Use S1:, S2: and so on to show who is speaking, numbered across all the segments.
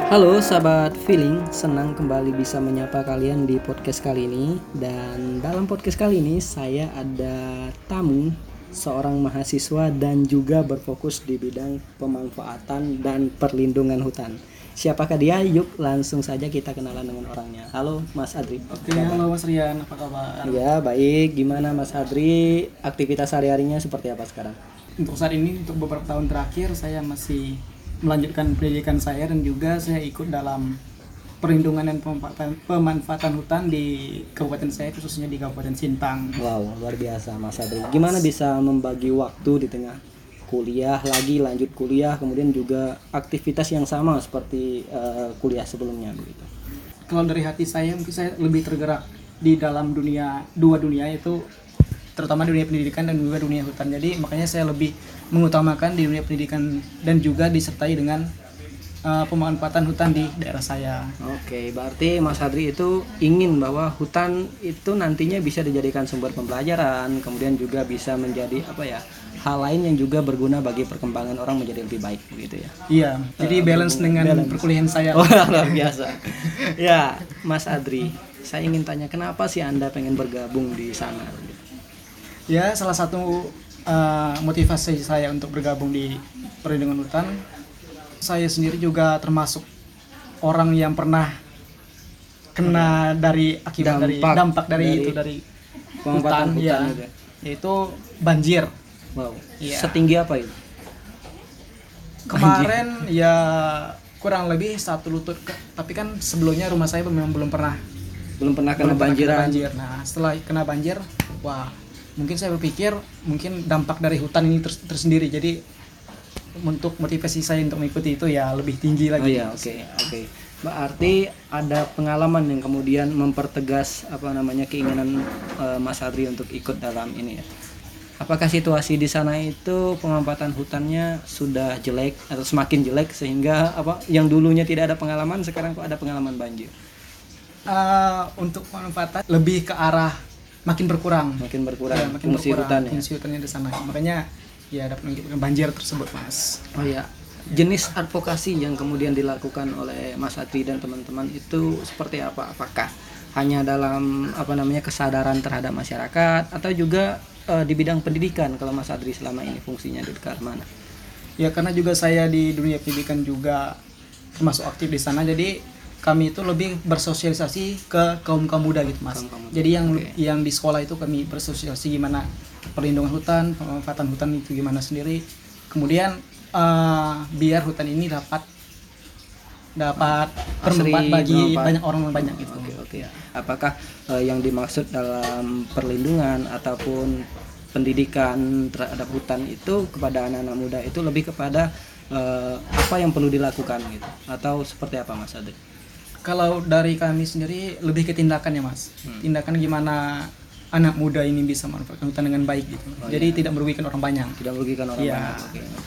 S1: Halo sahabat feeling, senang kembali bisa menyapa kalian di podcast kali ini. Dan dalam podcast kali ini saya ada tamu, seorang mahasiswa dan juga berfokus di bidang pemanfaatan dan perlindungan hutan. Siapakah dia? Yuk langsung saja kita kenalan dengan orangnya. Halo Mas Adri.
S2: Oke, halo Mas Rian, apa kabar?
S1: Ya baik, gimana Mas Adri? Aktivitas sehari-harinya seperti apa sekarang?
S2: Untuk saat ini, untuk beberapa tahun terakhir, saya masih melanjutkan pendidikan saya dan juga saya ikut dalam perlindungan dan pemanfaatan hutan di kabupaten saya, khususnya di Kabupaten Sintang.
S1: Wow, luar biasa Mas Adri. Gimana bisa membagi waktu di tengah kuliah lagi, lanjut kuliah, kemudian juga aktivitas yang sama seperti kuliah sebelumnya begitu?
S2: Kalau dari hati saya, mungkin saya lebih tergerak di dalam dua dunia, yaitu terutama dunia pendidikan dan juga dunia hutan. Jadi makanya saya lebih mengutamakan di dunia pendidikan dan juga disertai dengan pemanfaatan hutan di daerah saya.
S1: Oke, berarti Mas Adri itu ingin bahwa hutan itu nantinya bisa dijadikan sumber pembelajaran, kemudian juga bisa menjadi hal lain yang juga berguna bagi perkembangan orang menjadi lebih baik begitu ya.
S2: Iya, jadi balance dengan perkuliahan saya.
S1: Oh, luar biasa. Ya, Mas Adri, saya ingin tanya kenapa sih Anda pengen bergabung di sana?
S2: Ya, salah satu motivasi saya untuk bergabung di perlindungan hutan, saya sendiri juga termasuk orang yang pernah kena dari akibat dampak dari hutan ya,
S1: juga.
S2: Yaitu banjir.
S1: Wow.
S2: Iya.
S1: Setinggi apa itu?
S2: Kemarin ya kurang lebih satu lutut, tapi kan sebelumnya rumah saya memang belum pernah
S1: Kena banjiran.
S2: banjir. Nah, setelah kena banjir, wah, mungkin saya berpikir mungkin dampak dari hutan ini tersendiri. Jadi untuk motivasi saya untuk mengikuti itu ya lebih tinggi lagi.
S1: Oh iya, oke. Berarti ada pengalaman yang kemudian mempertegas keinginan Mas Adri untuk ikut dalam ini ya. Apakah situasi di sana itu pemanfaatan hutannya sudah jelek atau semakin jelek sehingga yang dulunya tidak ada pengalaman sekarang kok ada pengalaman banjir?
S2: Untuk pemanfaatan lebih ke arah makin berkurang. Ya,
S1: fungsi hutannya.
S2: Fungsi hutannya di sana. Makanya ya dapat mengakibatkan banjir tersebut, Mas.
S1: Oh ya. Jenis advokasi yang kemudian dilakukan oleh Mas Adri dan teman-teman itu seperti apa? Apakah hanya dalam kesadaran terhadap masyarakat atau juga di bidang pendidikan kalau Mas Adri selama ini fungsinya di dekat mana?
S2: Ya karena juga saya di dunia pendidikan juga termasuk aktif di sana, jadi kami itu lebih bersosialisasi ke kaum muda gitu, Mas. Jadi yang di sekolah itu kami bersosialisasi gimana perlindungan hutan, pemanfaatan hutan itu gimana sendiri. Kemudian biar hutan ini dapat bermanfaat bagi banyak orang banyak gitu.
S1: Oke. Apakah yang dimaksud dalam perlindungan ataupun pendidikan terhadap hutan itu kepada anak-anak muda itu lebih kepada apa yang perlu dilakukan gitu atau seperti apa Mas Adri?
S2: Kalau dari kami sendiri lebih ke tindakan ya, Mas. Tindakan gimana anak muda ini bisa memanfaatkan hutan dengan baik gitu. Jadi tidak merugikan orang banyak.
S1: Tidak merugikan orang banyak.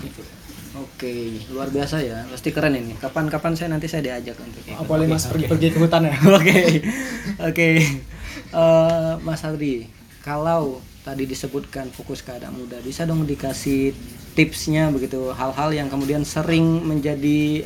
S1: Oke, luar biasa ya. Pasti keren ini. Kapan-kapan nanti saya diajak untuk ikut.
S2: Boleh Mas pergi ke hutan ya.
S1: Oke. Mas Adri, kalau tadi disebutkan fokus ke anak muda, bisa dong dikasih tipsnya begitu, hal-hal yang kemudian sering menjadi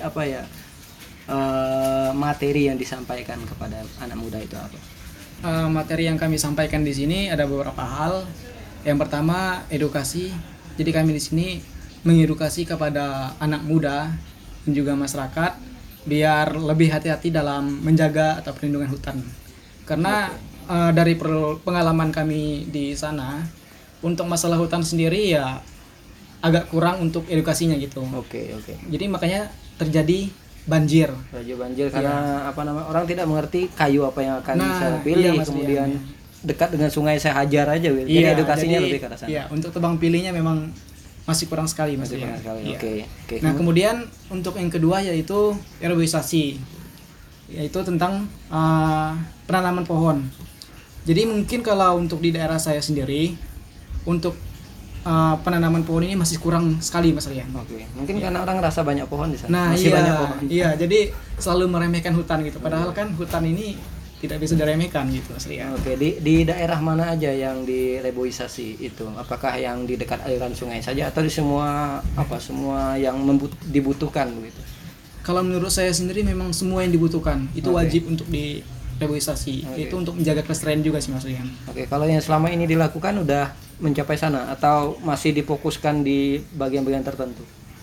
S1: materi yang disampaikan kepada anak muda itu apa?
S2: Materi yang kami sampaikan di sini ada beberapa hal. Yang pertama edukasi. Jadi kami di sini mengedukasi kepada anak muda dan juga masyarakat biar lebih hati-hati dalam menjaga atau perlindungan hutan. Karena dari pengalaman kami di sana, untuk masalah hutan sendiri ya agak kurang untuk edukasinya gitu.
S1: Oke.
S2: Jadi makanya terjadi banjir
S1: karena orang tidak mengerti kayu apa yang akan saya pilih, kemudian dekat dengan sungai saya hajar aja gitu. Jadi edukasinya lebih ke arah sana.
S2: Iya, untuk tebang pilihnya memang masih kurang sekali Mas.
S1: Oke.
S2: Nah, kemudian untuk yang kedua yaitu reboisasi. Yaitu tentang penanaman pohon. Jadi mungkin kalau untuk di daerah saya sendiri untuk penanaman pohon ini masih kurang sekali Mas Rian.
S1: Oke. Mungkin karena orang rasa banyak pohon di sana.
S2: Nah,
S1: masih banyak pohon.
S2: Iya, jadi selalu meremehkan hutan gitu. Padahal kan hutan ini tidak bisa diremehkan gitu Mas Rian.
S1: Oke, di daerah mana aja yang direboisasi itu? Apakah yang di dekat aliran sungai saja atau di semua yang dibutuhkan begitu?
S2: Kalau menurut saya sendiri memang semua yang dibutuhkan itu
S1: Oke.
S2: wajib untuk direboisasi.
S1: Oke.
S2: Itu untuk menjaga kelestarian juga sih Mas Rian.
S1: Oke, kalau yang selama ini dilakukan udah mencapai sana atau masih difokuskan di bagian-bagian tertentu?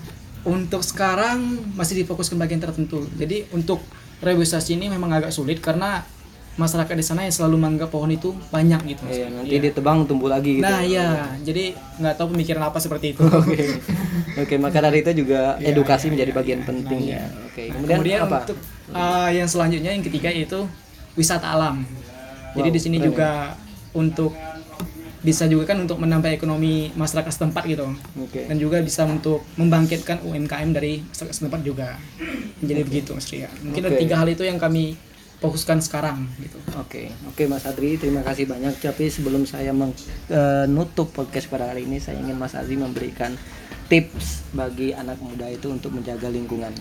S2: Untuk sekarang masih difokuskan bagian tertentu. Jadi untuk reboisasi ini memang agak sulit karena masyarakat di sana yang selalu menganggap pohon itu banyak gitu. Mas.
S1: Iya, nanti
S2: Iya.
S1: ditebang tumbuh lagi gitu.
S2: Nah ya, jadi nggak tahu pemikiran apa seperti itu.
S1: Oke. Oke, maka dari itu juga
S2: Iya,
S1: edukasi
S2: iya,
S1: menjadi
S2: iya,
S1: bagian
S2: iya.
S1: penting
S2: Nah,
S1: ya.
S2: iya.
S1: Oke,
S2: Kemudian
S1: apa?
S2: untuk yang selanjutnya yang ketiga yaitu wisata alam. Jadi
S1: Wow,
S2: di sini
S1: keren
S2: juga untuk bisa juga kan untuk menambah ekonomi masyarakat setempat gitu.
S1: Oke.
S2: Dan juga bisa untuk membangkitkan UMKM dari masyarakat setempat juga. Jadi begitu Mas Ria. Mungkin ada
S1: Oke.
S2: 3 hal itu yang kami fokuskan sekarang gitu.
S1: Oke Mas Adri, terima kasih banyak. Tapi sebelum saya menutup podcast pada hari ini, saya ingin Mas Adri memberikan tips bagi anak muda itu untuk menjaga lingkungan.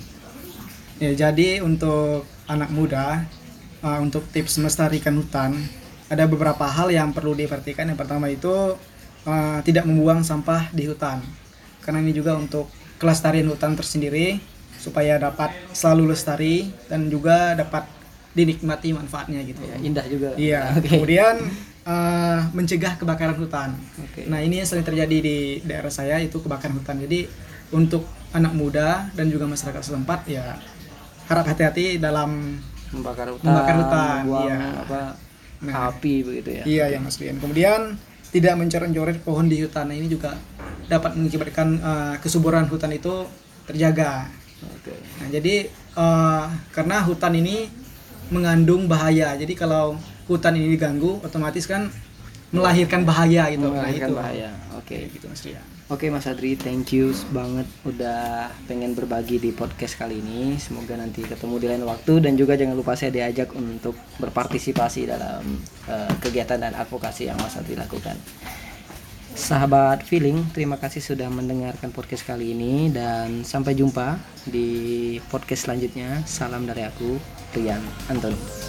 S2: Ya, jadi untuk anak muda, untuk tips melestarikan hutan, ada beberapa hal yang perlu diperhatikan. Yang pertama itu tidak membuang sampah di hutan, karena ini juga untuk kelestarian hutan tersendiri supaya dapat selalu lestari dan juga dapat dinikmati manfaatnya gitu.
S1: Ya, indah juga.
S2: Iya.
S1: Oke.
S2: Kemudian mencegah kebakaran hutan.
S1: Oke.
S2: Nah ini yang sering terjadi di daerah saya itu kebakaran hutan. Jadi untuk anak muda dan juga masyarakat setempat ya harap hati-hati dalam
S1: Membakar hutan, buang
S2: iya. Nah.
S1: api begitu ya.
S2: Iya yang Mas Rian. Kemudian tidak mencoret-coret pohon di hutan. Nah ini juga dapat mengakibatkan kesuburan hutan itu terjaga.
S1: Oke.
S2: Nah jadi karena hutan ini mengandung bahaya. Jadi kalau hutan ini diganggu, otomatis kan melahirkan bahaya gitu.
S1: Melahirkan
S2: Nah, itu.
S1: bahaya. Oke.
S2: Gitu Mas Rian.
S1: Oke Mas Adri, thank you banget udah pengen berbagi di podcast kali ini. Semoga nanti ketemu di lain waktu dan juga jangan lupa saya diajak untuk berpartisipasi dalam kegiatan dan advokasi yang Mas Adri lakukan. Sahabat Feeling, terima kasih sudah mendengarkan podcast kali ini dan sampai jumpa di podcast selanjutnya. Salam dari aku, Rian Antoni.